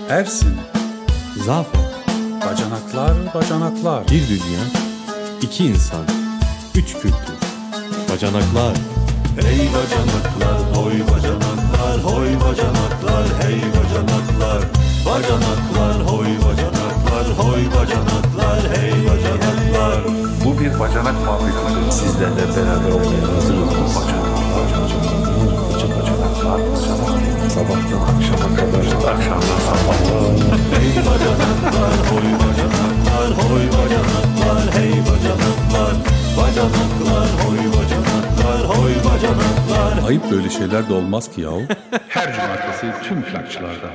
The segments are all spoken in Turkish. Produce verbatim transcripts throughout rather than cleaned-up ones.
Ersin, Zafer, bacanaklar bacanaklar. bir dünya, iki insan, üç kültür, bacanaklar. Hey bacanaklar, hoy bacanaklar, hoy bacanaklar, hey bacanaklar. Bacanaklar, hoy bacanaklar, hoy bacanaklar, hey bacanaklar. Bu bir bacanak fabrikası. Sizlerle beraber olmaya hazır mısınız? Sabahtan akşama kadar, akşamdan sabahtan. Hey bacanaklar, hoy bacanaklar, hoy bacanaklar, hey bacanaklar. Bacanaklar, hoy bacanaklar, hoy bacanaklar. Ayıp böyle şeyler de olmaz ki yahu. Her cumartesi tüm plakçılarda.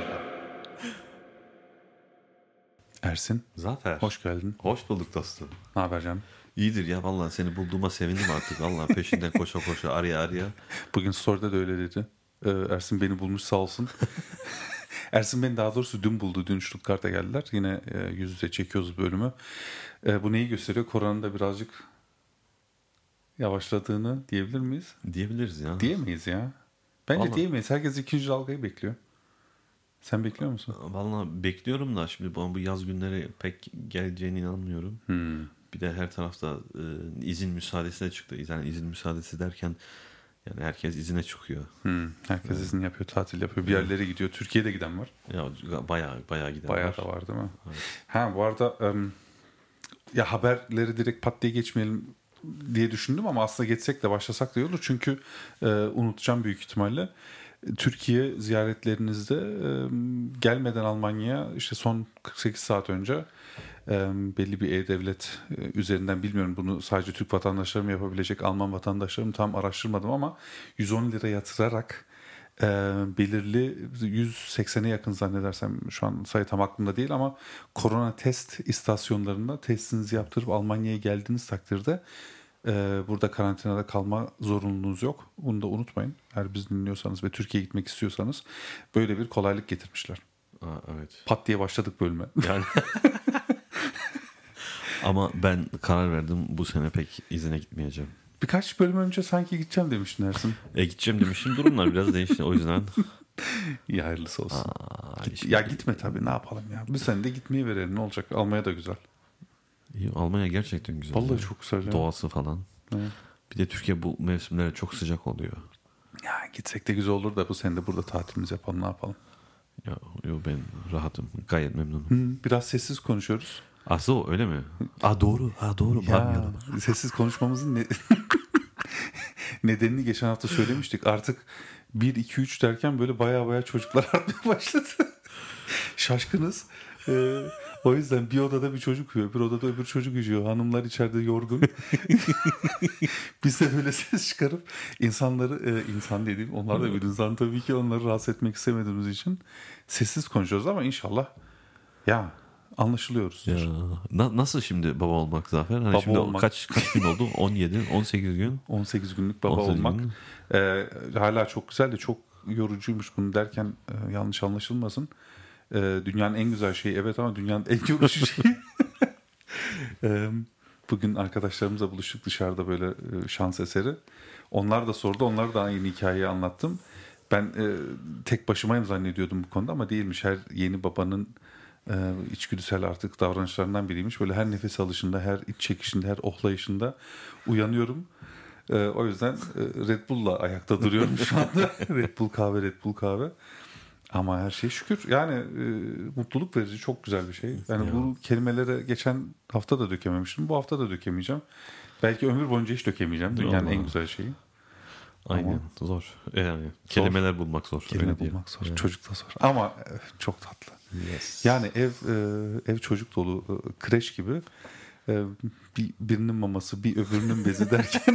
Ersin, Zafer, hoş geldin. hoş bulduk dostum. Ne haber canım? İyidir ya, vallahi seni bulduğuma sevindim artık. Vallahi peşinden koşa koşa, araya araya. Bugün story'de de öyle dedi. Ee, Ersin beni bulmuş sağ olsun. Ersin beni daha doğrusu dün buldu. Dün Stuttgart'a geldiler. Yine e, yüz yüze çekiyoruz bölümü. E, bu neyi gösteriyor? Koronanın da birazcık yavaşladığını diyebilir miyiz? Diyebiliriz ya. Diyemeyiz ya. Bence Vallahi. diyemeyiz. Herkes ikinci dalgayı bekliyor. Sen bekliyor musun? Vallahi bekliyorum da şimdi bu bu yaz günleri pek geleceğine inanmıyorum. Hmm. Bir de her tarafta e, izin müsaadesine çıktı. Yani izin müsaadesi derken yani herkes izine çıkıyor. Hmm. Herkes Evet. izin yapıyor, tatil yapıyor. Bir yerlere gidiyor. Türkiye'de giden var. Ya bayağı bayağı giden Bayağı var. da var değil mi? Evet. Ha bu arada em, ya haberleri direkt pat diye geçmeyelim diye düşündüm ama aslında geçsek de başlasak da iyi olur. Çünkü e, unutacağım büyük ihtimalle. Türkiye ziyaretlerinizde e, gelmeden Almanya'ya işte son kırk sekiz saat önce e, belli bir e-devlet e, üzerinden, bilmiyorum bunu sadece Türk vatandaşları mı yapabilecek, Alman vatandaşları mı tam araştırmadım ama yüz on lira yatırarak e, belirli yüz seksene yakın zannedersem, şu an sayı tam aklımda değil ama korona test istasyonlarında testinizi yaptırıp Almanya'ya geldiğiniz takdirde Ee, burada karantinada kalma zorunluluğunuz yok. Bunu da unutmayın. Eğer bizi dinliyorsanız ve Türkiye'ye gitmek istiyorsanız böyle bir kolaylık getirmişler. Aa, evet. Pat diye başladık bölüme. Yani ama ben karar verdim, bu sene pek izine gitmeyeceğim. Birkaç bölüm önce sanki gideceğim demiştin Ersin. E gideceğim demişim, durumlar biraz değişti o yüzden. İyi, hayırlısı olsun. Aa, Git- işte- ya gitme tabii, ne yapalım ya. Bir sene de gitmeyi verelim, ne olacak. Almanya da güzel. İyi, Almanya gerçekten güzel. Vallahi ya. çok güzel ya. Doğası falan. Evet. Bir de Türkiye bu mevsimlere çok sıcak oluyor. Ya gitsek de güzel olur da bu sene de burada tatilimizi yapalım, ne yapalım. Ya yo, ben rahatım. Gayet memnunum. Hı, biraz sessiz konuşuyoruz. Aslı o öyle mi? Aa doğru. Ha doğru. Ya Bakmayalım. sessiz konuşmamızın ne... nedenini geçen hafta söylemiştik. Artık bir, iki, üç derken böyle baya baya çocuklar artmaya başladı. Şaşkınız. Ee, o yüzden bir odada bir çocuk uyuyor, bir odada öbür çocuk uyuyor. Hanımlar içeride yorgun. Biz de böyle ses çıkarıp insanları, e, insan dediğim onlar da bir insan tabii ki, onları rahatsız etmek istemediğimiz için sessiz konuşuyoruz ama inşallah ya anlaşılıyoruz. Ya, na- nasıl şimdi baba olmak Zafer? Hani Baba şimdi o olmak. kaç kaç gün oldu? on yedi, on sekiz gün. on sekiz günlük baba on sekiz olmak gün. e, hala çok güzel de çok yorucuymuş. Bunu derken e, yanlış anlaşılmasın. E, dünyanın en güzel şeyi evet ama dünyanın en yorucu şeyi. e, bugün arkadaşlarımızla buluştuk dışarıda, böyle e, şans eseri. Onlar da sordu. Onlara da aynı hikayeyi anlattım. Ben e, tek başımayım zannediyordum bu konuda ama değilmiş. Her yeni babanın e, içgüdüsel artık davranışlarından biriymiş. Böyle her nefes alışında, her iç çekişinde, her ohlayışında uyanıyorum. E, o yüzden e, Red Bull'la ayakta duruyorum şu anda. Red Bull kahve, Red Bull kahve. Ama her şey şükür. Yani e, mutluluk verici, çok güzel bir şey. Yani Ya. bu kelimelere geçen hafta da dökememiştim. Bu hafta da dökemeyeceğim. Belki ömür boyunca hiç dökemeyeceğim. Dünyanın Allah. en güzel şeyi. Aynen. Ama- Zor. Yani kelimeler bulmak zor. Kelime öyle diye. bulmak zor. Evet. Çocuk da zor. Ama e, çok tatlı. Yes. Yani ev e, ev çocuk dolu, e, kreş gibi. E, bir, birinin maması, bir öbürünün bezi derken.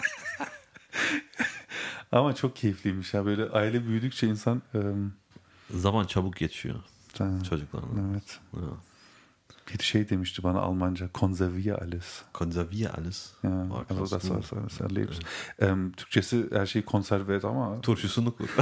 Ama çok keyifliymiş ya. Böyle aile büyüdükçe insan e, Zaman çabuk geçiyor e, çocuklarla. evet. Ja. Bir şey demişti bana Almanca. Konservier alles. Konservier alles. Ja, War also krass, das ne? war das erlebst. Ähm, Türkçesi her şeyi konserve et ama Turşusunu kur.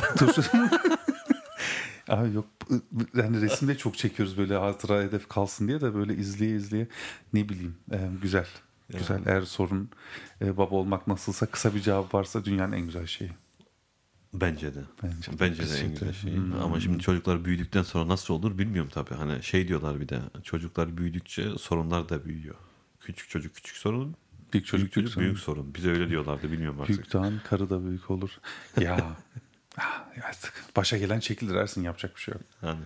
abi yok, yani resimde çok çekiyoruz böyle hatıra hedef kalsın diye de, böyle izleye izleye ne bileyim e, güzel. Ya. Güzel. Eğer sorun e, baba olmak nasılsa, kısa bir cevap varsa dünyanın en güzel şeyi. Bence de. Bence de. Bence de en Kesinlikle. güzel şey. Hmm. Ama şimdi çocuklar büyüdükten sonra nasıl olur bilmiyorum tabii. Hani şey diyorlar bir de çocuklar büyüdükçe sorunlar da büyüyor. Küçük çocuk küçük sorun, Büyük çocuk büyük çocuk sorun. büyük sorun. Bize öyle diyorlardı bilmiyorum artık. Büyük dağın karı da büyük olur. Ya ah, artık başa gelen çekilir Ersin, yapacak bir şey yok. Yani.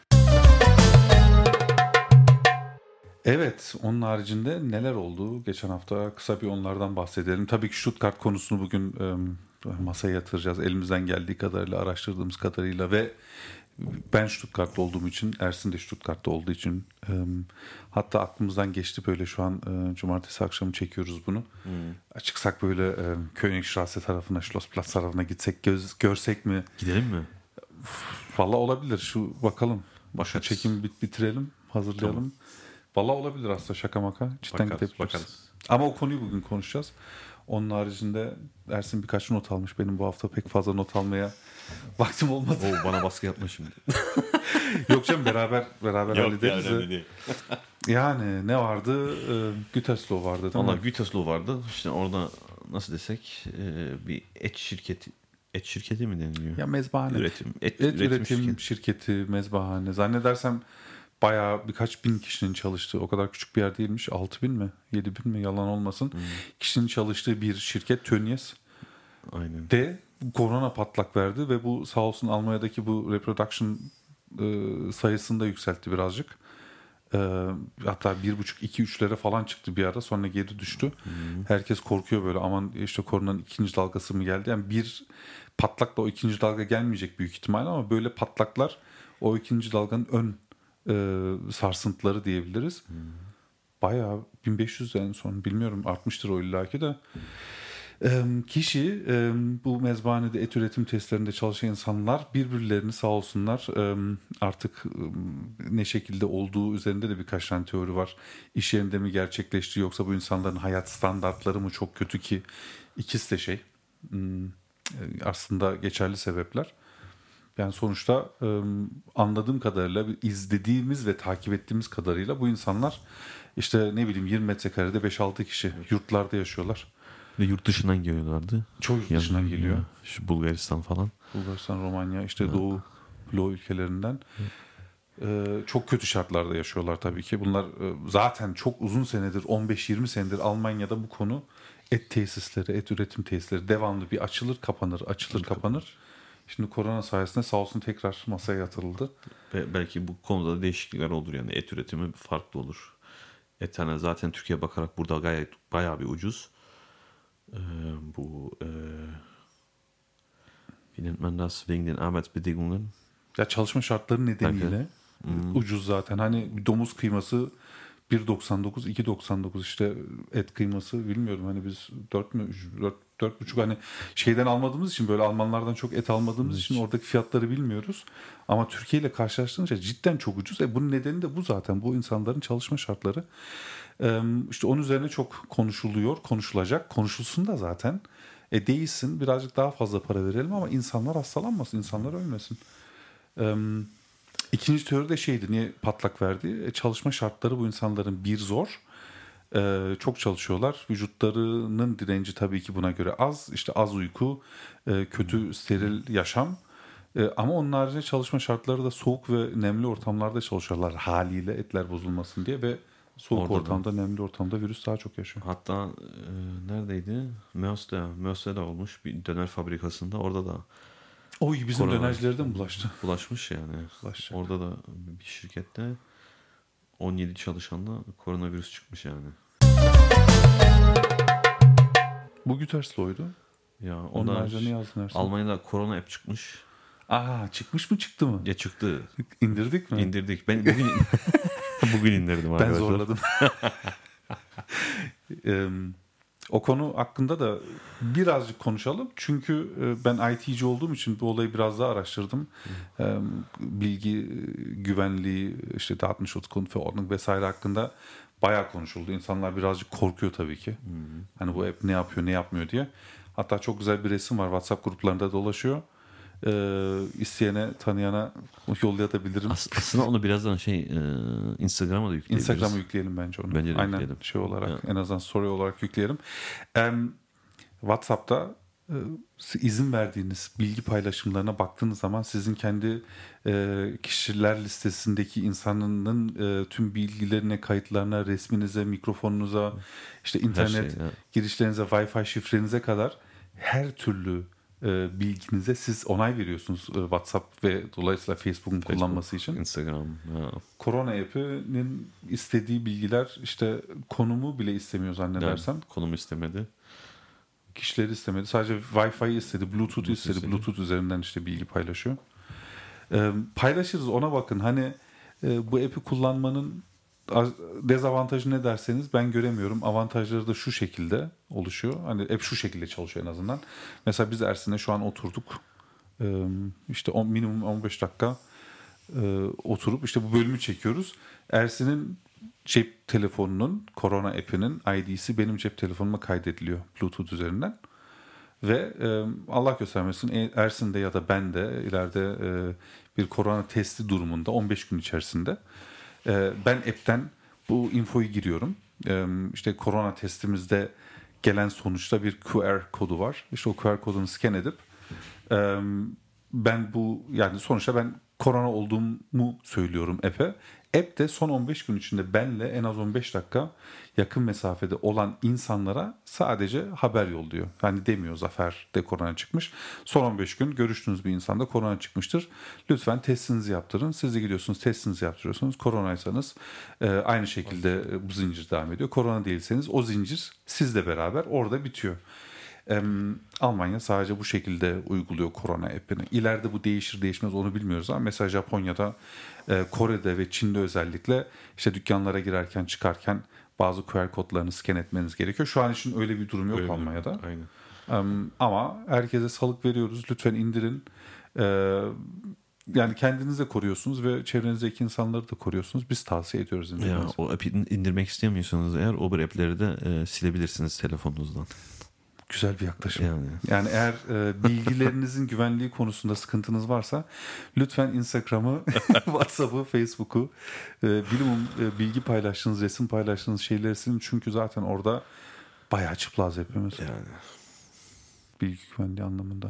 Evet, onun haricinde neler oldu? Geçen hafta kısa bir onlardan bahsedelim. Tabii ki Stuttgart konusunu bugün e, masaya yatıracağız. Elimizden geldiği kadarıyla, araştırdığımız kadarıyla ve ben Stuttgart'ta olduğum için, Ersin de Stuttgart'ta olduğu için e, hatta aklımızdan geçti böyle şu an e, cumartesi akşamı çekiyoruz bunu. Hmm. Çıksak böyle e, Königstraße tarafına, Schlossplatz tarafına gitsek, göz, görsek mi? Gidelim mi? Valla olabilir. Şu bakalım. Bakarız. Şu çekimi bit bitirelim, hazırlayalım. Tamam. Valla olabilir aslında, şaka maka. Cidden bakarız, gidebiliriz. bakarız. Ama o konuyu bugün konuşacağız. Onun haricinde Ersin birkaç not almış. Benim bu hafta pek fazla not almaya vaktim olmadı. Oo, bana baskı yapma şimdi. Yok canım, beraber beraber Yok, hallederiz. yani, değil. Yani ne vardı? Ee, Gütersloh vardı değil Valla mi? Gütersloh vardı. İşte orada nasıl desek e, bir et şirketi et şirketi mi deniliyor? Ya mezbahane. Üretim. Et, Et üretim, üretim şirketi. şirketi, mezbahane. Zannedersem bayağı birkaç bin kişinin çalıştığı, o kadar küçük bir yer değilmiş. altı bin mi? yedi bin mi? Yalan olmasın. Hmm. Kişinin çalıştığı bir şirket, Tönnies. Aynen. De korona patlak verdi ve bu sağ olsun Almanya'daki bu reproduction e, sayısını da yükseltti birazcık. E, hatta bir buçuk iki üçlere falan çıktı bir ara, sonra geri düştü. Hmm. Herkes korkuyor böyle, aman işte koronanın ikinci dalgası mı geldi? Yani bir patlakla o ikinci dalga gelmeyecek büyük ihtimalle, ama böyle patlaklar o ikinci dalganın ön e, sarsıntıları diyebiliriz. Hmm. Bayağı bin beş yüz en son, bilmiyorum, artmıştır o illaki de. E, kişi e, bu mezbahanede et üretim testlerinde çalışan insanlar birbirlerini sağ olsunlar e, artık e, ne şekilde olduğu üzerinde de birkaç tane teori var. İş yerinde mi gerçekleşti, yoksa bu insanların hayat standartları mı çok kötü ki? İkisi de şey hmm, aslında geçerli sebepler. Yani sonuçta e, anladığım kadarıyla, izlediğimiz ve takip ettiğimiz kadarıyla bu insanlar işte ne bileyim yirmi metrekarede beş altı kişi yurtlarda yaşıyorlar. Ve yurt dışından geliyorlardı. Çok yurt dışından yani, geliyor. Şu Bulgaristan falan. Bulgaristan, Romanya, işte evet. Doğu Bloğu ülkelerinden. Ee, çok kötü şartlarda yaşıyorlar tabii ki. Bunlar e, zaten çok uzun senedir, on beş yirmi senedir Almanya'da bu konu et tesisleri, et üretim tesisleri devamlı bir açılır kapanır, açılır kapanır. Şimdi korona sayesinde sağ olsun tekrar masaya yatırıldı. Ve belki bu konuda da değişiklikler olur, yani et üretimi farklı olur. Et hani zaten Türkiye'ye bakarak burada gayet bayağı bir ucuz. Ee, bu e, wie nennt man das wegen den Arbeitsbedingungen? Ya çalışma şartları nedeniyle hmm. ucuz zaten. Hani bir domuz kıyması bir doksan dokuz, iki doksan dokuz, işte et kıyması bilmiyorum, hani biz dört mü dört buçuk, hani şeyden almadığımız için, böyle Almanlardan çok et almadığımız Hiç. için oradaki fiyatları bilmiyoruz. Ama Türkiye ile karşılaştırınca cidden çok ucuz. E bunun nedeni de bu zaten, bu insanların çalışma şartları. Ee, işte onun üzerine çok konuşuluyor, konuşulacak, konuşulsun da zaten. E değilsin, birazcık daha fazla para verelim ama insanlar hastalanmasın, insanlar ölmesin. Ee, İkinci teori de şeydi, niye patlak verdi? E, çalışma şartları bu insanların bir zor. E, çok çalışıyorlar. Vücutlarının direnci tabii ki buna göre az. İşte az uyku, e, kötü steril yaşam. E, ama onun haricinde çalışma şartları da soğuk ve nemli ortamlarda çalışıyorlar haliyle, etler bozulmasın diye ve soğuk Orada ortamda, da. nemli ortamda virüs daha çok yaşıyor. Hatta e, neredeydi? Mörs'te, Mörs'te de olmuş bir döner fabrikasında, orada da Oy, bizim Korona dönercilerden bulaştı. Bulaşmış yani. Bulaşacak. Orada da bir şirkette on yedi çalışanla koronavirüs çıkmış yani. Bu Gütersloh'ydu. Ya onun haricinde yazdın Ersin. Almanya'da korona app çıkmış. Aa, çıkmış mı, çıktı mı? Ya çıktı. İndirdik mi? İndirdik. Ben bugün bugün indirdim arkadaşlar. Ben zorladım. Eee O konu hakkında da birazcık konuşalım. Çünkü ben I T'ci olduğum için bu olayı biraz daha araştırdım. Hmm. Bilgi güvenliği, işte Datenschutzgrundverordnung vesaire hakkında bayağı konuşuldu. İnsanlar birazcık korkuyor tabii ki. Hmm. Hani bu app ne yapıyor, ne yapmıyor diye. Hatta çok güzel bir resim var. WhatsApp gruplarında dolaşıyor. Ee, isteyene, tanıyana yollayabilirim. Aslında onu birazdan şey e, Instagram'a da yükleyebiliriz. Instagram'a yükleyelim bence onu. Bence de Aynen yükleyelim. şey olarak, ya. en azından story olarak yükleyelim. Ee, WhatsApp'ta e, izin verdiğiniz bilgi paylaşımlarına baktığınız zaman sizin kendi e, kişiler listesindeki insanın e, tüm bilgilerine, kayıtlarına, resminize, mikrofonunuza, işte internet şey, ya. girişlerinize, Wi-Fi şifrenize kadar her türlü e, bilginize siz onay veriyorsunuz e, WhatsApp ve dolayısıyla Facebook'un Facebook, kullanması için. Instagram. Ya. Korona app'inin istediği bilgiler, işte konumu bile istemiyor zannedersem. Yani, konumu istemedi. Kişileri istemedi. Sadece Wi-Fi istedi, Bluetooth istedi. istedi. Bluetooth üzerinden işte bilgi paylaşıyor. Ee, paylaşırız, ona bakın. Hani e, bu app'i kullanmanın dezavantajı ne derseniz ben göremiyorum. Avantajları da şu şekilde oluşuyor. Hani app şu şekilde çalışıyor en azından. Mesela biz Ersin'le şu an oturduk. Ee, işte on, minimum on beş dakika e, oturup işte bu bölümü çekiyoruz. Ersin'in cep telefonunun, korona app'inin I D'si benim cep telefonuma kaydediliyor Bluetooth üzerinden. Ve e, Allah göstermesin Ersin de ya da ben de ileride e, bir korona testi durumunda on beş gün içerisinde e, ben app'ten bu infoyu giriyorum. E, işte korona testimizde gelen sonuçta bir Q R kodu var. İşte o Q R kodunu scan edip e, ben bu, yani sonuçta ben korona olduğumu söylüyorum app'e. App de son on beş gün içinde benle en az on beş dakika yakın mesafede olan insanlara sadece haber yolluyor. Yani demiyor Zafer de korona çıkmış. Son on beş gün görüştüğünüz bir insanda korona çıkmıştır. Lütfen testinizi yaptırın. Siz de gidiyorsunuz, testinizi yaptırıyorsunuz. Koronaysanız e, aynı şekilde e, bu zincir devam ediyor. Korona değilseniz o zincir sizle beraber orada bitiyor. Ee, Almanya sadece bu şekilde uyguluyor korona app'ini. İleride bu değişir değişmez onu bilmiyoruz ama mesela Japonya'da, e, Kore'de ve Çin'de özellikle işte dükkanlara girerken çıkarken bazı Q R kodlarını scan etmeniz gerekiyor. Şu an için öyle bir durum yok Öyle, Almanya'da. Aynen. Ee, ama herkese salık veriyoruz. Lütfen indirin. Ee, yani kendinizi de koruyorsunuz ve çevrenizdeki insanları da koruyorsunuz. Biz tavsiye ediyoruz Ya, indirmenizi. o app'i indirmek istemiyorsanız eğer o bir app'leri de e, silebilirsiniz telefonunuzdan. Güzel bir yaklaşım. Yani, Yani eğer e, bilgilerinizin güvenliği konusunda sıkıntınız varsa lütfen Instagram'ı, WhatsApp'ı, Facebook'u, e, bilimum e, bilgi paylaştığınız, resim paylaştığınız şeyleri silin. Çünkü zaten orada bayağı çıplaz hepimiz. yani. Bilgi güvenliği anlamında.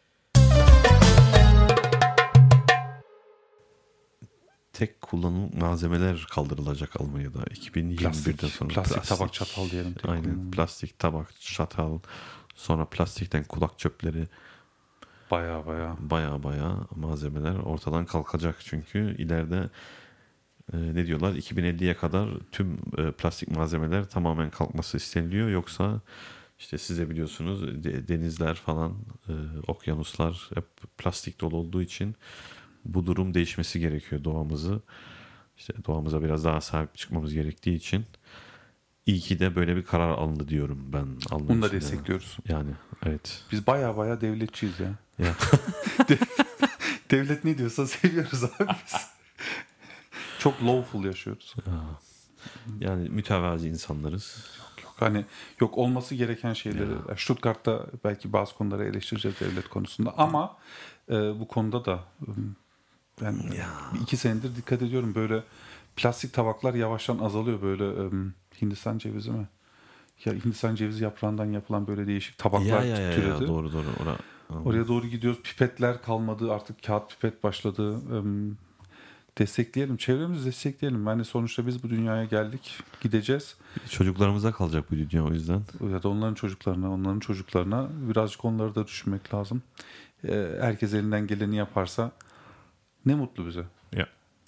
Tek kullanım malzemeler kaldırılacak Almanya'da iki bin yirmi birden Plastik, sonra. plastik, tabak, çatal diyelim. Tek Aynen. kullanım. Plastik, tabak, çatal. Sonra plastikten kulak çöpleri. Bayağı bayağı. Baya baya malzemeler ortadan kalkacak. Çünkü ileride e, ne diyorlar? iki bin elliye kadar tüm e, plastik malzemeler tamamen kalkması isteniliyor. Yoksa işte siz de biliyorsunuz de, denizler falan, e, okyanuslar hep plastik dolu olduğu için bu durum değişmesi gerekiyor doğamızı. İşte doğamıza biraz daha sahip çıkmamız gerektiği için iyi ki de böyle bir karar alındı diyorum ben. Bunu da destekliyoruz. Yani evet. Biz bayağı bayağı devletçiyiz ya. Ya. Devlet ne diyorsa seviyoruz abi biz. Çok lawful yaşıyoruz. Yani mütevazi insanlarız. Yok yok hani yok olması gereken şeyleri. Ya. Stuttgart'ta belki bazı konuları eleştireceğiz devlet konusunda ama e, bu konuda da ben Ya. bir iki senedir dikkat ediyorum, böyle plastik tabaklar yavaştan azalıyor, böyle e, Hindistan cevizi mi? Ya Hindistan cevizi yaprağından yapılan böyle değişik tabaklar Ya ya ya, türedi. ya doğru doğru. Ora, Oraya doğru gidiyoruz. Pipetler kalmadı. Artık kağıt pipet başladı. Ee, destekleyelim. Çevremizi destekleyelim. Yani sonuçta biz bu dünyaya geldik. Gideceğiz. Çocuklarımıza kalacak bu dünya o yüzden. Ya da onların çocuklarına, onların çocuklarına birazcık onları da düşünmek lazım. Ee, herkes elinden geleni yaparsa ne mutlu bize. Ya.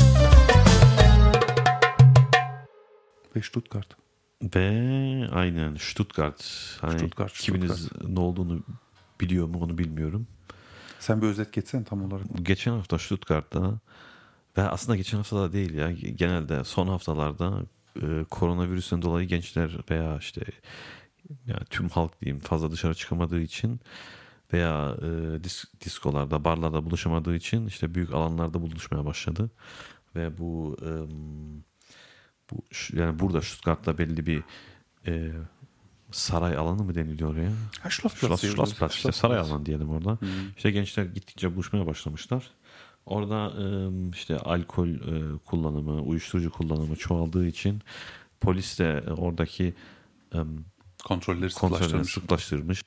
Ve Stuttgart. Ve aynen Stuttgart. Hani Stuttgart, kiminiz Stuttgart. ne olduğunu biliyor mu onu bilmiyorum. Sen bir özet geçsene tam olarak. Geçen hafta Stuttgart'ta ve aslında geçen hafta da değil ya, genelde son haftalarda e, koronavirüsten dolayı gençler veya işte yani tüm halk diyeyim fazla dışarı çıkamadığı için veya e, dis, diskolarda, barlarda buluşamadığı için işte büyük alanlarda buluşmaya başladı ve bu e, bu yani burada Stuttgart'ta belli bir e, saray alanı mı deniliyor oraya? Ha, Schlossplatz. Schloss, Schlossplatz, işte saray alanı diyelim orada. Hmm. İşte gençler gittikçe buluşmaya başlamışlar. Orada işte alkol kullanımı, uyuşturucu kullanımı çoğaldığı için polis de oradaki Kontrolleri kontrollerini sıklaştırmış. sıklaştırmış.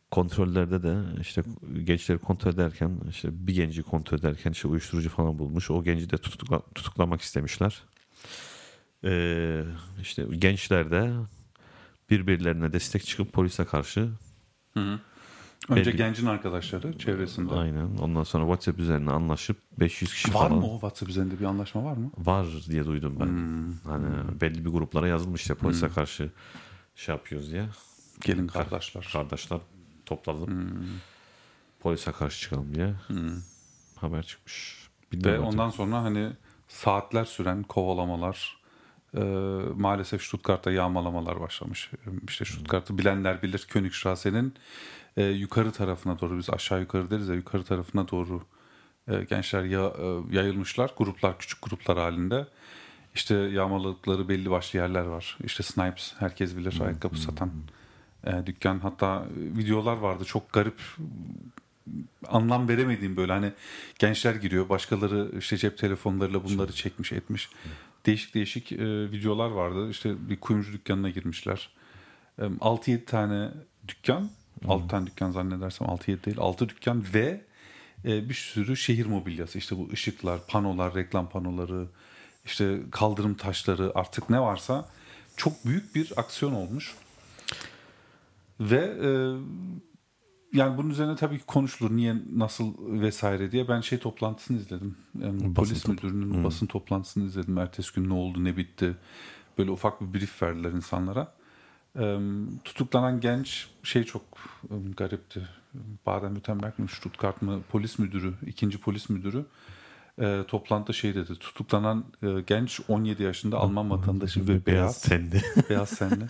kontrollerde de işte gençleri kontrol ederken işte bir genci kontrol ederken işte uyuşturucu falan bulmuş. O genci de tutukla, tutuklamak istemişler. Ee, işte gençler de birbirlerine destek çıkıp polise karşı. Hı hı. Önce belli, gencin arkadaşları çevresinde. Aynen. Ondan sonra WhatsApp üzerine anlaşıp beş yüz kişi var falan. Var mı o WhatsApp üzerinde bir anlaşma var mı? Var diye duydum ben. Hmm. Hani hmm. belli bir gruplara yazılmış ya polise hmm. karşı şey yapıyoruz diye. Gelin kardeşler. Kardeşler toplanıp hmm. polise karşı çıkalım diye hmm. haber çıkmış. Bilmiyorum Ve ondan artık. Sonra hani saatler süren kovalamalar, e, maalesef Stuttgart'ta yağmalamalar başlamış. İşte Stuttgart'ı bilenler bilir, Königstrasse'nin e, yukarı tarafına doğru, biz aşağı yukarı deriz ya, yukarı tarafına doğru e, gençler ya, e, yayılmışlar. Gruplar, küçük gruplar halinde. İşte yağmaladıkları belli başlı yerler var. İşte Snipes, herkes bilir, hmm. ayakkabı satan e, dükkan. Hatta videolar vardı, çok garip, anlam veremediğim böyle, hani gençler giriyor, başkaları işte cep telefonlarıyla bunları çekmiş etmiş. Değişik değişik e, videolar vardı. İşte bir kuyumcu dükkanına girmişler. E, altı yedi tane dükkan, altı tane dükkan zannedersem, altı yedi değil, altı dükkan ve e, bir sürü şehir mobilyası. İşte bu ışıklar, panolar, reklam panoları, işte kaldırım taşları, artık ne varsa çok büyük bir aksiyon olmuş. Ve e, yani bunun üzerine tabii ki konuşulur. Niye, nasıl vesaire diye. Ben şey toplantısını izledim. Yani polis top- müdürünün hmm. basın toplantısını izledim. Ertesi gün ne oldu, ne bitti. Böyle ufak bir brief verdiler insanlara. Ee, tutuklanan genç şey çok um, garipti. Baden-Württemberg mi, Stuttgart mı, polis müdürü, ikinci polis müdürü e, toplantıda şey dedi. Tutuklanan e, genç on yedi yaşında Alman vatandaşı ve beyaz. Tenli. Beyaz tenli.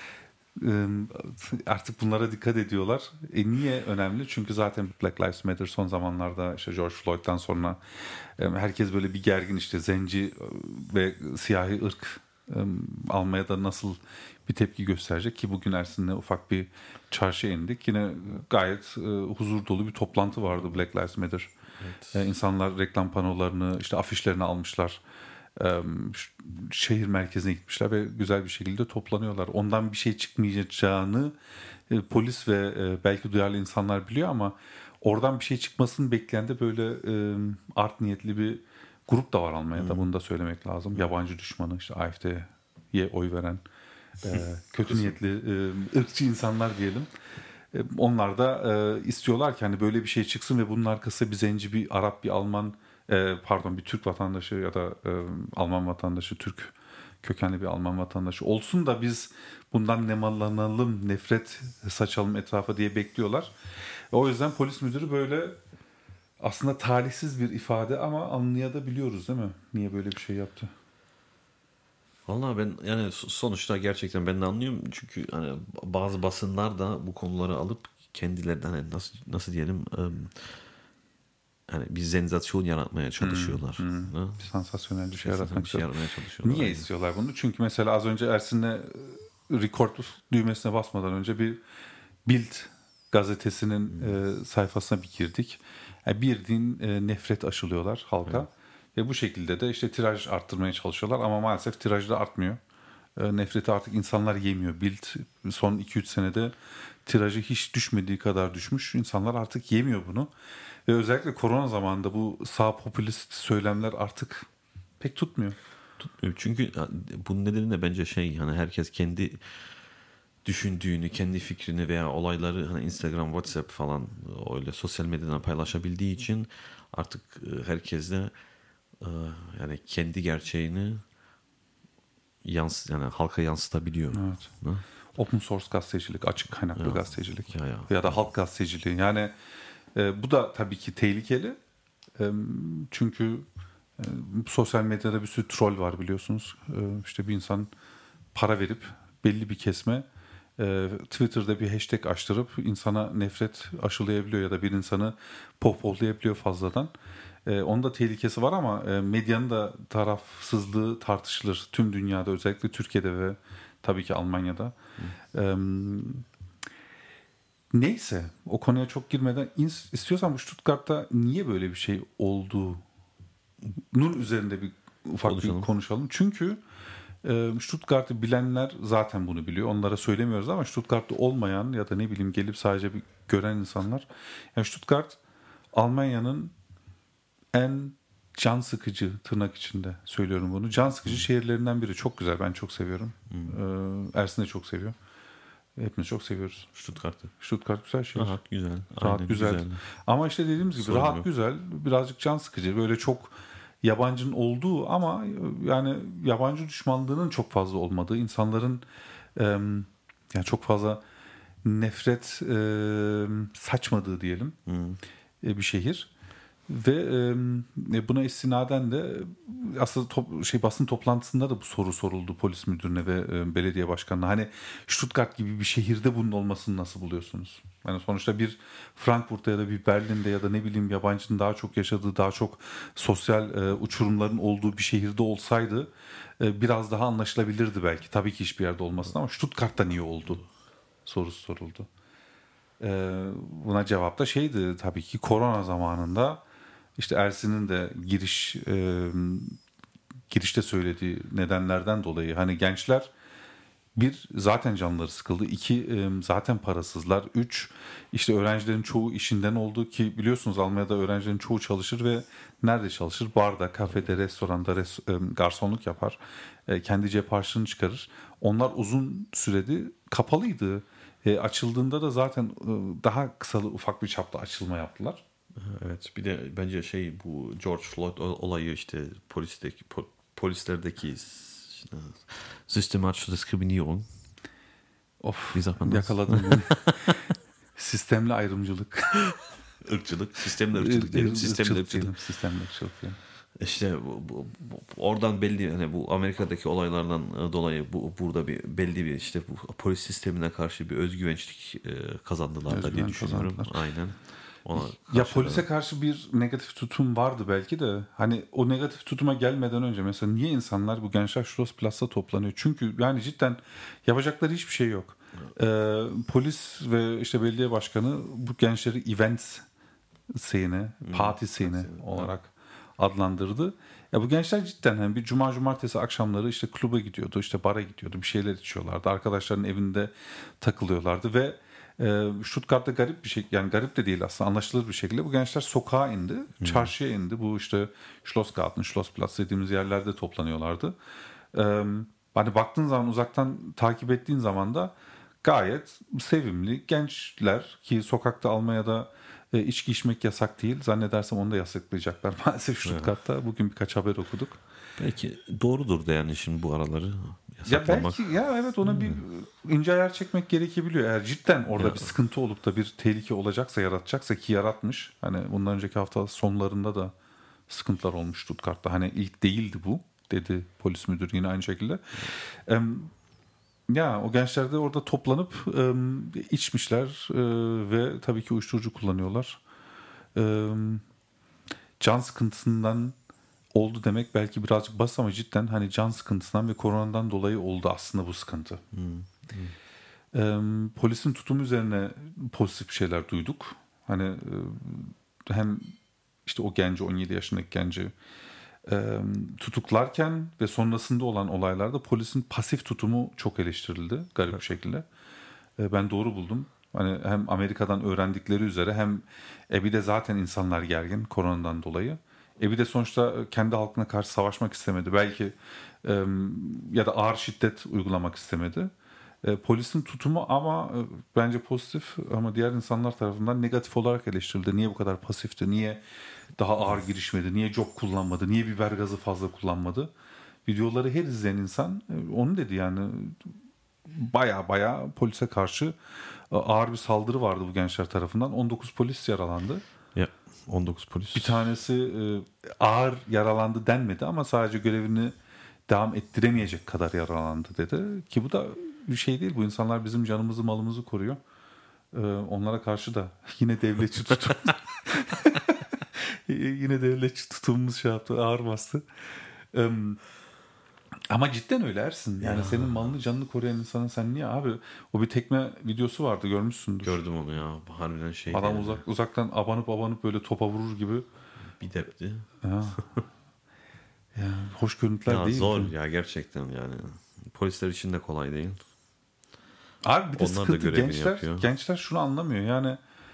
Artık bunlara dikkat ediyorlar. E niye önemli? Çünkü zaten Black Lives Matter son zamanlarda, işte George Floyd'dan sonra herkes böyle bir gergin, işte zenci ve siyahi ırk almaya da nasıl bir tepki gösterecek ki bugün Ersin'le ufak bir çarşıya indik. Yine gayet huzur dolu bir toplantı vardı Black Lives Matter. Evet. İnsanlar reklam panolarını, işte afişlerini almışlar. Şehir merkezine gitmişler ve güzel bir şekilde toplanıyorlar. Ondan bir şey çıkmayacağını polis ve belki duyarlı insanlar biliyor ama oradan bir şey çıkmasını bekleyen de böyle art niyetli bir grup da var Almanya'da. Hmm. Bunu da söylemek lazım. Hmm. Yabancı düşmanı, işte A F D'ye oy veren kötü niyetli ırkçı insanlar diyelim. Onlar da istiyorlar ki hani böyle bir şey çıksın ve bunun arkasında bir zenci, bir Arap, bir Alman, pardon bir Türk vatandaşı ya da Alman vatandaşı, Türk kökenli bir Alman vatandaşı olsun da biz bundan nemalanalım, nefret saçalım etrafa diye bekliyorlar. O yüzden polis müdürü böyle aslında talihsiz bir ifade ama anlayabiliyoruz değil mi? Niye böyle bir şey yaptı? Vallahi ben yani sonuçta gerçekten ben de anlıyorum. Çünkü hani bazı basınlar da bu konuları alıp kendilerinden hani nasıl nasıl diyelim hani bir sensasyon yaratmaya çalışıyorlar. Hmm, hmm. Bir sansasyonel bir şey yaratmak bir şey yaratmaya çalışıyorlar. Niye yani. istiyorlar bunu? Çünkü mesela az önce Ersin'le record düğmesine basmadan önce bir Bild gazetesinin hmm. e, sayfasına bir girdik. Yani bildiğin e, nefret aşılıyorlar halka. Evet. Ve bu şekilde de işte tiraj arttırmaya çalışıyorlar ama maalesef tiraj da artmıyor. E, nefreti artık insanlar yemiyor. Bild son iki üç senede tirajı hiç düşmediği kadar düşmüş. İnsanlar artık yemiyor bunu. Ve özellikle korona zamanında bu sağ popülist söylemler artık pek tutmuyor. Tutmuyor. Çünkü bunun nedeni de bence şey, hani herkes kendi düşündüğünü, kendi fikrini veya olayları hani Instagram, WhatsApp falan öyle sosyal medyadan paylaşabildiği için artık herkes de yani kendi gerçeğini yans yani halka yansıtabiliyor. Evet. Ha? Open source gazetecilik, açık kaynaklı ya. gazetecilik ya, ya. ya da halk gazeteciliği. Yani e, bu da tabii ki tehlikeli. E, çünkü e, sosyal medyada bir sürü troll var biliyorsunuz. E, işte bir insan para verip belli bir kesme e, Twitter'da bir hashtag açtırıp insana nefret aşılayabiliyor ya da bir insanı pohpohlayabiliyor fazladan. E, onun da tehlikesi var ama e, medyanın da tarafsızlığı tartışılır. Tüm dünyada, özellikle Türkiye'de ve tabii ki Almanya'da. E, neyse, o konuya çok girmeden istiyorsan bu Stuttgart'ta niye böyle bir şey olduğunun üzerinde bir ufak konuşalım. bir konuşalım. Çünkü e, Stuttgart'ı bilenler zaten bunu biliyor. Onlara söylemiyoruz ama Stuttgart'ta olmayan ya da ne bileyim gelip sadece bir gören insanlar. Yani Stuttgart Almanya'nın en can sıkıcı, tırnak içinde söylüyorum bunu, can sıkıcı şehirlerinden biri. Çok güzel, ben çok seviyorum. Ee, Ersin de çok seviyor. Hepimiz çok seviyoruz. Stuttgart'ı. Stuttgart güzel şehir. Rahat, güzel. Rahat, Aynen, güzel. güzel. Ama işte dediğimiz gibi Sorun rahat, yok. güzel, birazcık can sıkıcı. Böyle çok yabancının olduğu ama yani yabancı düşmanlığının çok fazla olmadığı, insanların e, yani çok fazla nefret e, saçmadığı diyelim e, bir şehir. Ve e, buna istinaden de aslında top, şey basın toplantısında da bu soru soruldu polis müdürüne ve e, belediye başkanına. Hani Stuttgart gibi bir şehirde bunun olmasını nasıl buluyorsunuz? Yani sonuçta bir Frankfurt'ta ya da bir Berlin'de ya da ne bileyim yabancının daha çok yaşadığı, daha çok sosyal e, uçurumların olduğu bir şehirde olsaydı e, biraz daha anlaşılabilirdi belki. Tabii ki hiçbir yerde olmasın ama Stuttgart'ta niye oldu sorusu soruldu. E, buna cevap da şeydi tabii ki, korona zamanında İşte Ersin'in de giriş e, girişte söylediği nedenlerden dolayı hani gençler bir zaten canları sıkıldı, iki e, zaten parasızlar, üç işte öğrencilerin çoğu işinden olduğu ki biliyorsunuz Almanya'da öğrencilerin çoğu çalışır ve nerede çalışır? Barda, kafede, restoranda res, e, garsonluk yapar, e, kendi cep harçlığını çıkarır. Onlar uzun süredir kapalıydı. E, açıldığında da zaten e, daha kısa ufak bir çapta açılma yaptılar. Evet, bir de bence şey bu George Floyd olayı işte polisteki po, polislerdeki işte, systematische Diskriminierung. Of, Wie sagt man das? yakaladım beni. Sistemli ayrımcılık. Irkçılık, sistemli ırkçılık diyelim. Sistemli Irkçılık ırkçılık. diyelim, sistemli ırkçılık diyelim. İşte bu, bu, bu, oradan belli hani bu Amerika'daki olaylardan dolayı bu burada bir belli bir işte bu polis sistemine karşı bir özgüvençlik e, kazandılar da diye Özgüven düşünüyorum. kazandılar. Aynen. Ona Ya karşı polise da- karşı bir negatif tutum vardı belki de. Hani o negatif tutuma gelmeden önce mesela niye insanlar bu Gençler Schlossplatz'ta toplanıyor? Çünkü yani cidden yapacakları hiçbir şey yok. Ee, polis ve işte belediye başkanı bu gençleri event scene, parti scene olarak adlandırdı. Ya bu gençler cidden hani bir cuma cumartesi akşamları işte kluba gidiyordu, işte bara gidiyordu, bir şeyler içiyorlardı. Arkadaşlarının evinde takılıyorlardı ve e, Stuttgart'ta garip bir şey, yani garip de değil aslında, anlaşılır bir şekilde bu gençler sokağa indi, çarşıya indi. Bu işte Schlossgarten, Schlossplatz dediğimiz yerlerde toplanıyorlardı. E, hani baktığın zaman, uzaktan takip ettiğin zaman da gayet sevimli gençler ki sokakta Almanya'da e, içki içmek yasak değil. Zannedersem onu da yasaklayacaklar maalesef Stuttgart'ta. Bugün birkaç haber okuduk. belki doğrudur da yani şimdi bu araları Ya yasaklamak. belki ya evet ona bir ince ayar çekmek gerekebiliyor. Eğer cidden orada Ya. bir sıkıntı olup da bir tehlike olacaksa, yaratacaksa ki yaratmış. Hani bundan önceki hafta sonlarında da sıkıntılar olmuş Stuttgart'ta. Hani ilk değildi bu dedi polis müdürü yine aynı şekilde. Em, Ya o gençler de orada toplanıp e, içmişler e, ve tabii ki uyuşturucu kullanıyorlar. E, can sıkıntısından oldu demek belki birazcık basit ama cidden hani can sıkıntısından ve koronadan dolayı oldu aslında bu sıkıntı. E, polisin tutumu üzerine pozitif şeyler duyduk. Hani e, hem işte o genci, on yedi yaşındaki genci e, tutuklarken ve sonrasında olan olaylarda polisin pasif tutumu çok eleştirildi garip bir şekilde. E, ben doğru buldum. Hani hem Amerika'dan öğrendikleri üzere hem e, bir de zaten insanlar gergin koronadan dolayı. E bir de sonuçta kendi halkına karşı savaşmak istemedi. Belki e, ya da ağır şiddet uygulamak istemedi. E, polisin tutumu ama e, bence pozitif ama diğer insanlar tarafından negatif olarak eleştirildi. Niye bu kadar pasifti? Niye daha ağır girişmedi? Niye job kullanmadı? Niye biber gazı fazla kullanmadı? Videoları her izleyen insan e, onu dedi yani. Baya baya polise karşı e, ağır bir saldırı vardı bu gençler tarafından. on dokuz polis yaralandı. Ya on dokuz polis. Bir tanesi e, ağır yaralandı denmedi ama sadece görevini devam ettiremeyecek kadar yaralandı dedi. Ki bu da bir şey değil. Bu insanlar bizim canımızı, malımızı koruyor. E, onlara karşı da yine devletçi tutum. yine devletçi tutumumuz şey yaptı, ağır bastı. E, ama cidden öyle Ersin. Yani Ya. senin malını, canını koruyan insana sen niye abi? O bir tekme videosu vardı, görmüşsündür. Gördüm onu ya. Harbiden şey. Adam yani. uzak uzaktan abanıp abanıp böyle topa vurur gibi. Bir depti. Ya. Ya, hoş görüntüler Ya değil. zor mi? ya gerçekten yani. Polisler için de kolay değil. Abi bir de Onlar da sıkıntı görevini gençler, yapıyor. gençler şunu anlamıyor. Yani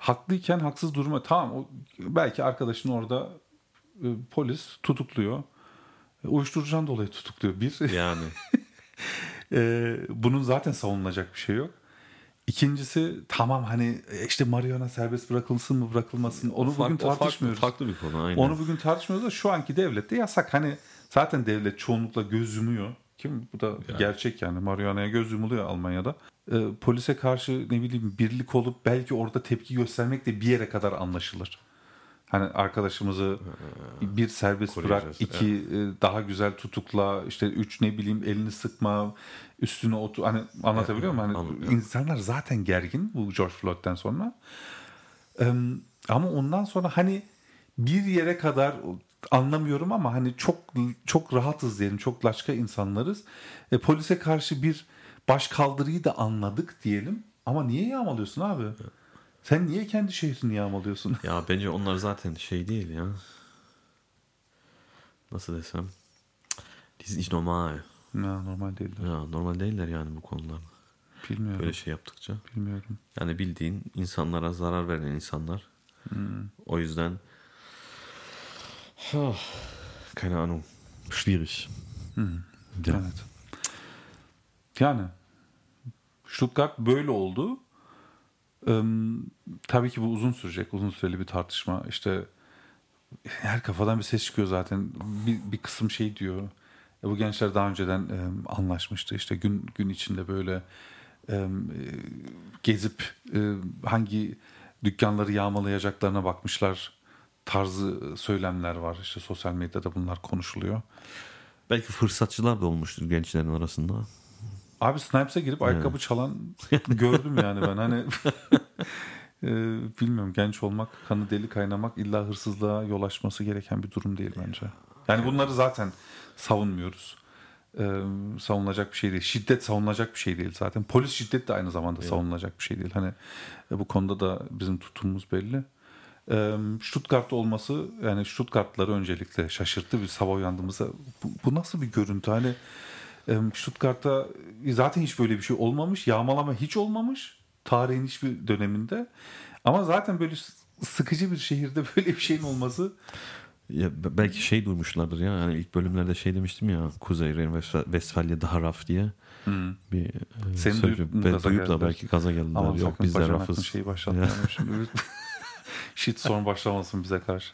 haklıyken haksız duruma tamam o, belki arkadaşın orada e, polis tutukluyor. E, uyuşturucudan dolayı tutukluyor. Bir. Yani. e, bunun zaten savunulacak bir şey yok. İkincisi tamam hani işte marihuana serbest bırakılsın mı bırakılmasın onu Fark, bugün tartışmıyoruz. Farklı, farklı bir konu aynen. Onu bugün tartışmıyoruz da şu anki devlette yasak. Hani zaten devlet çoğunlukla göz yumuyor. Kim bu da yani. Gerçek yani marihuanaya göz yumuluyor Almanya'da. Ee, polise karşı ne bileyim birlik olup belki orada tepki göstermek de bir yere kadar anlaşılır. Hani arkadaşımızı bir serbest bırak, iki evet. daha güzel tutukla, işte üç ne bileyim elini sıkma, üstüne otur. Hani anlatabiliyor muyum? Hani anladım. İnsanlar zaten gergin bu George Floyd'den sonra. Ee, ama ondan sonra hani bir yere kadar anlamıyorum ama hani çok çok rahatız diyelim, çok laçka insanlarız. E, polise karşı bir baş kaldırıyı da anladık diyelim. Ama niye yağmalıyorsun abi? Evet. Sen niye kendi şehrini yağmalıyorsun? Ya bence onlar zaten şey değil ya. Nasıl desem? Die sind nicht normal. Ya normal değiller. Ya normal değiller yani bu konularda. Bilmiyorum. Böyle şey yaptıkça. Bilmiyorum. Yani bildiğin insanlara zarar veren insanlar. Hmm. O yüzden oh, keine Ahnung. Schwierig. Hmm. Ja. Evet. Yani Stuttgart böyle oldu. Ee, tabii ki bu uzun sürecek. Uzun süreli bir tartışma. İşte her kafadan bir ses çıkıyor zaten. Bir, bir kısım şey diyor. E, bu gençler daha önceden e, anlaşmıştı. İşte gün gün içinde böyle e, gezip e, hangi dükkanları yağmalayacaklarına bakmışlar. Tarzı söylemler var. İşte sosyal medyada bunlar konuşuluyor. Belki fırsatçılar da olmuştur gençlerin arasında. Abi Snipes'e girip yani. Ayakkabı çalan gördüm yani ben. Hani e, bilmiyorum, genç olmak, kanı deli kaynamak illa hırsızlığa yol açması gereken bir durum değil bence. Yani bunları zaten savunmuyoruz. Ee, savunulacak bir şey değil. Şiddet savunulacak bir şey değil zaten. Polis şiddet de aynı zamanda evet. savunulacak bir şey değil. Hani e, bu konuda da bizim tutumumuz belli. Ee, Stuttgart'ta olması, yani Stuttgartlıları öncelikle şaşırttı. Bir sabah uyandığımızda bu, bu nasıl bir görüntü? Hani e, Stuttgart'ta zaten hiç böyle bir şey olmamış. Yağmalama hiç olmamış. Tarihin hiçbir döneminde. Ama zaten böyle sıkıcı bir şehirde böyle bir şeyin olması... Ya belki şey duymuşlardır ya. Yani ilk bölümlerde şey demiştim ya. Kuzey Ren-Westfalia daha raf diye. Hmm. Bir Seni duyup, ben duyup da belki gaza geldiler. Ama yok biz de rafız. Şeyi başlatmayalım şimdi. Shitstorm başlamasın bize karşı.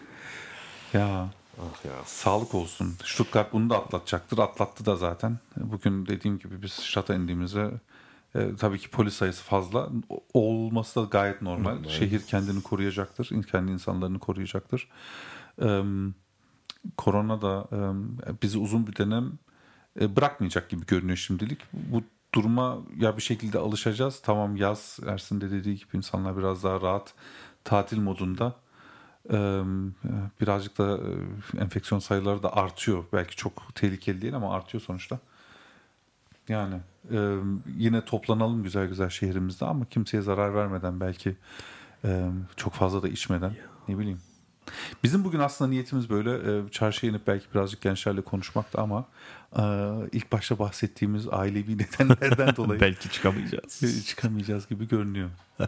Ya, ah ya. Sağlık olsun. Stuttgart bunu da atlatacaktır. Atlattı da zaten. Bugün dediğim gibi biz Stadt'a indiğimizde e, tabii ki polis sayısı fazla. O, olması da gayet normal. normal. Şehir kendini koruyacaktır. Kendi insanlarını koruyacaktır. Ee, korona da e, bizi uzun bir dönem e, bırakmayacak gibi görünüyor şimdilik. Bu duruma ya bir şekilde alışacağız. Tamam, yaz Ersin de dediği gibi insanlar biraz daha rahat tatil modunda. Ee, birazcık da e, enfeksiyon sayıları da artıyor. Belki çok tehlikeli değil ama artıyor sonuçta. Yani e, yine toplanalım güzel güzel şehrimizde ama kimseye zarar vermeden, belki e, çok fazla da içmeden, ne bileyim. Bizim bugün aslında niyetimiz böyle e, çarşıya inip belki birazcık gençlerle konuşmaktı ama e, ilk başta bahsettiğimiz ailevi nedenlerden dolayı belki çıkamayacağız. Çıkamayacağız gibi görünüyor.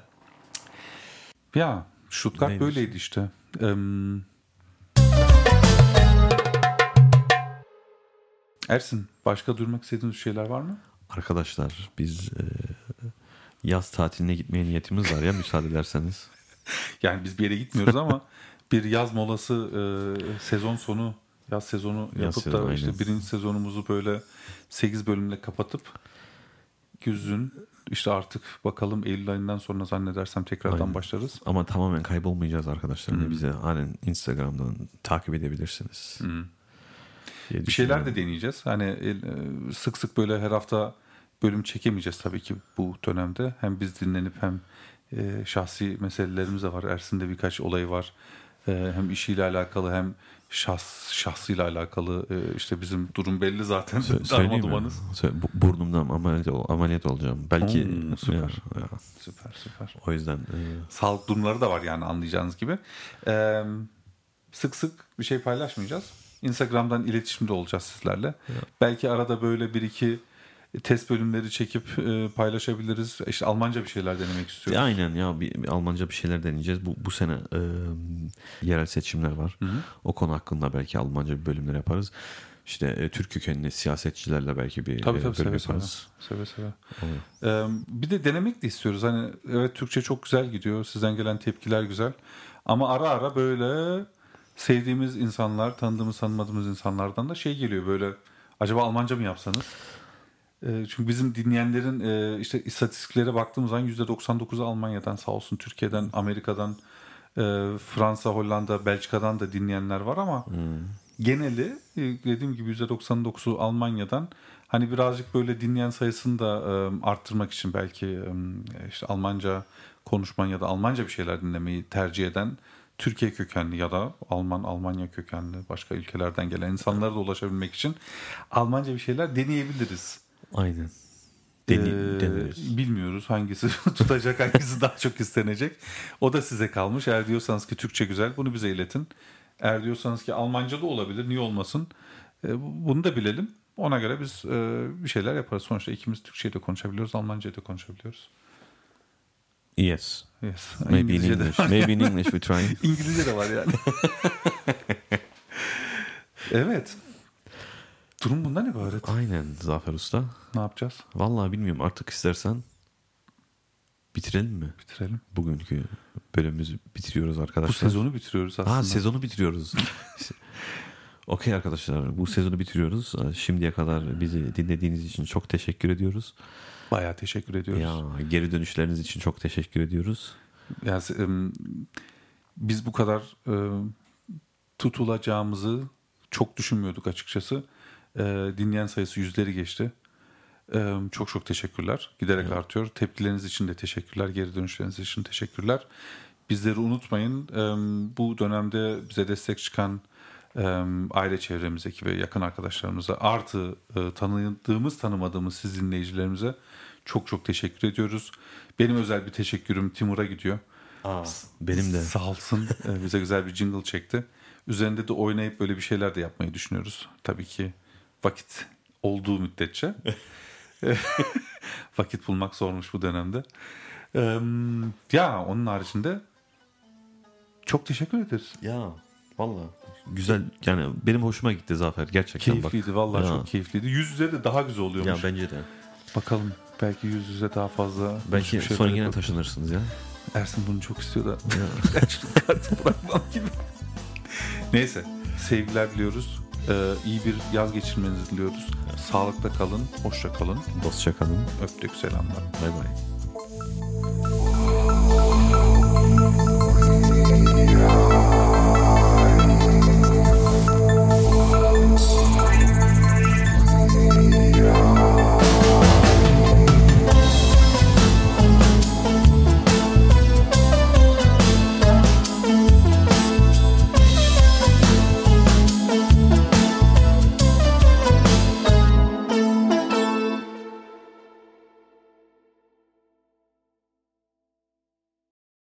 Ya Stuttgart neymiş? Böyleydi işte. Ee, Ersin, başka duyurmak istediğiniz şeyler var mı? Arkadaşlar biz e, yaz tatiline gitmeye niyetimiz var ya, müsaade ederseniz. Yani biz bir yere gitmiyoruz ama bir yaz molası, e, sezon sonu, yaz sezonu yapıp yaz sezonu, da işte aynen. Birinci sezonumuzu böyle sekiz bölümle kapatıp güzün işte artık bakalım Eylül ayından sonra zannedersem tekrardan aynen. başlarız. Ama tamamen kaybolmayacağız arkadaşlar. Hmm. Bize halen Instagram'dan takip edebilirsiniz. Hmm. Bir şeyler de deneyeceğiz. Hani sık sık böyle her hafta bölüm çekemeyeceğiz tabii ki bu dönemde. Hem biz dinlenip hem e, şahsi meselelerimiz de var. Ersin'de birkaç olay var. E, hem işiyle alakalı hem şahs şahsıyla alakalı. E, işte bizim durum belli zaten. Söyleyeyim mi? Burnumdan ameliyat, ameliyat olacağım. Belki hmm, süper. Ya, ya. Süper süper. O yüzden e... sağlık durumları da var yani, anlayacağınız gibi. E, sık sık bir şey paylaşmayacağız. Instagram'dan iletişimde olacağız sizlerle. Ya. Belki arada böyle bir iki test bölümleri çekip e, paylaşabiliriz. İşte Almanca bir şeyler denemek istiyoruz. Aynen ya bir, bir Almanca bir şeyler deneyeceğiz. Bu bu sene e, yerel seçimler var. Hı hı. O konu hakkında belki Almanca bir bölümler yaparız. İşte e, Türk kökenli siyasetçilerle belki bir tabii, e, tabii, bölüm seve yaparız. Seve seve. Ee, bir de denemek de istiyoruz. Hani evet Türkçe çok güzel gidiyor. Sizden gelen tepkiler güzel. Ama ara ara böyle sevdiğimiz insanlar, tanıdığımız, tanımadığımız insanlardan da şey geliyor böyle. Acaba Almanca mı yapsanız? Ee, çünkü bizim dinleyenlerin e, işte istatistiklere baktığımız zaman yüzde doksan dokuzu Almanya'dan, sağ olsun Türkiye'den, Amerika'dan, e, Fransa, Hollanda, Belçika'dan da dinleyenler var ama hmm. geneli dediğim gibi yüzde doksan dokuzu Almanya'dan. Hani birazcık böyle dinleyen sayısını da e, arttırmak için belki e, işte Almanca konuşman ya da Almanca bir şeyler dinlemeyi tercih eden Türkiye kökenli ya da Alman, Almanya kökenli başka ülkelerden gelen insanlara da ulaşabilmek için Almanca bir şeyler deneyebiliriz. Aynen. Deni, ee, deneriz. Bilmiyoruz hangisi tutacak, hangisi daha çok istenecek. O da size kalmış. Eğer diyorsanız ki Türkçe güzel, bunu bize iletin. Eğer diyorsanız ki Almanca da olabilir, niye olmasın? Ee, bunu da bilelim. Ona göre biz e, bir şeyler yaparız. Sonuçta ikimiz Türkçe'yi de konuşabiliyoruz, Almanca'yı da konuşabiliyoruz. Yes. Yes. Maybe in English. Maybe in English we try. İngilizce de var yani. Evet. Durum bundan ibaret. Aynen Zafer Usta. Ne yapacağız? Vallahi bilmiyorum. Artık istersen bitirelim mi? Bitirelim. Bugünkü bölümümüzü bitiriyoruz arkadaşlar. Bu sezonu bitiriyoruz aslında. Ha, sezonu bitiriyoruz. Okey arkadaşlar, bu sezonu bitiriyoruz. Şimdiye kadar bizi dinlediğiniz için çok teşekkür ediyoruz. Bayağı teşekkür ediyoruz. Ya, geri dönüşleriniz için çok teşekkür ediyoruz. Yani, biz bu kadar e, tutulacağımızı çok düşünmüyorduk açıkçası. E, dinleyen sayısı yüzleri geçti. E, çok çok teşekkürler. Giderek evet. artıyor. Tepkileriniz için de teşekkürler. Geri dönüşleriniz için teşekkürler. Bizleri unutmayın. E, bu dönemde bize destek çıkan e, aile çevremizdeki ve yakın arkadaşlarımıza artı e, tanıdığımız tanımadığımız siz dinleyicilerimize çok çok teşekkür ediyoruz. Benim özel bir teşekkürüm Timur'a gidiyor. Aa, benim de. Sağ olsun. Bize güzel bir jingle çekti. Üzerinde de oynayıp böyle bir şeyler de yapmayı düşünüyoruz. Tabii ki vakit olduğu müddetçe. Vakit bulmak zormuş bu dönemde. Ya onun haricinde çok teşekkür ederiz. Ya vallahi güzel, yani benim hoşuma gitti Zafer gerçekten. Keyifliydi bak. vallahi ya. Çok keyifliydi. Yüz yüze de daha güzel oluyormuş. Ya bence de. Bakalım belki yüz yüze daha fazla. Belki şey sonra yine taşınırsınız ya. Ersin bunu çok istiyor da. Kartı bırakmam gibi. Neyse, sevgiler diliyoruz. Ee, iyi bir yaz geçirmenizi diliyoruz. Sağlıkla kalın, hoşça kalın. Dostça kalın. Öptük, selamlar. Bay bay.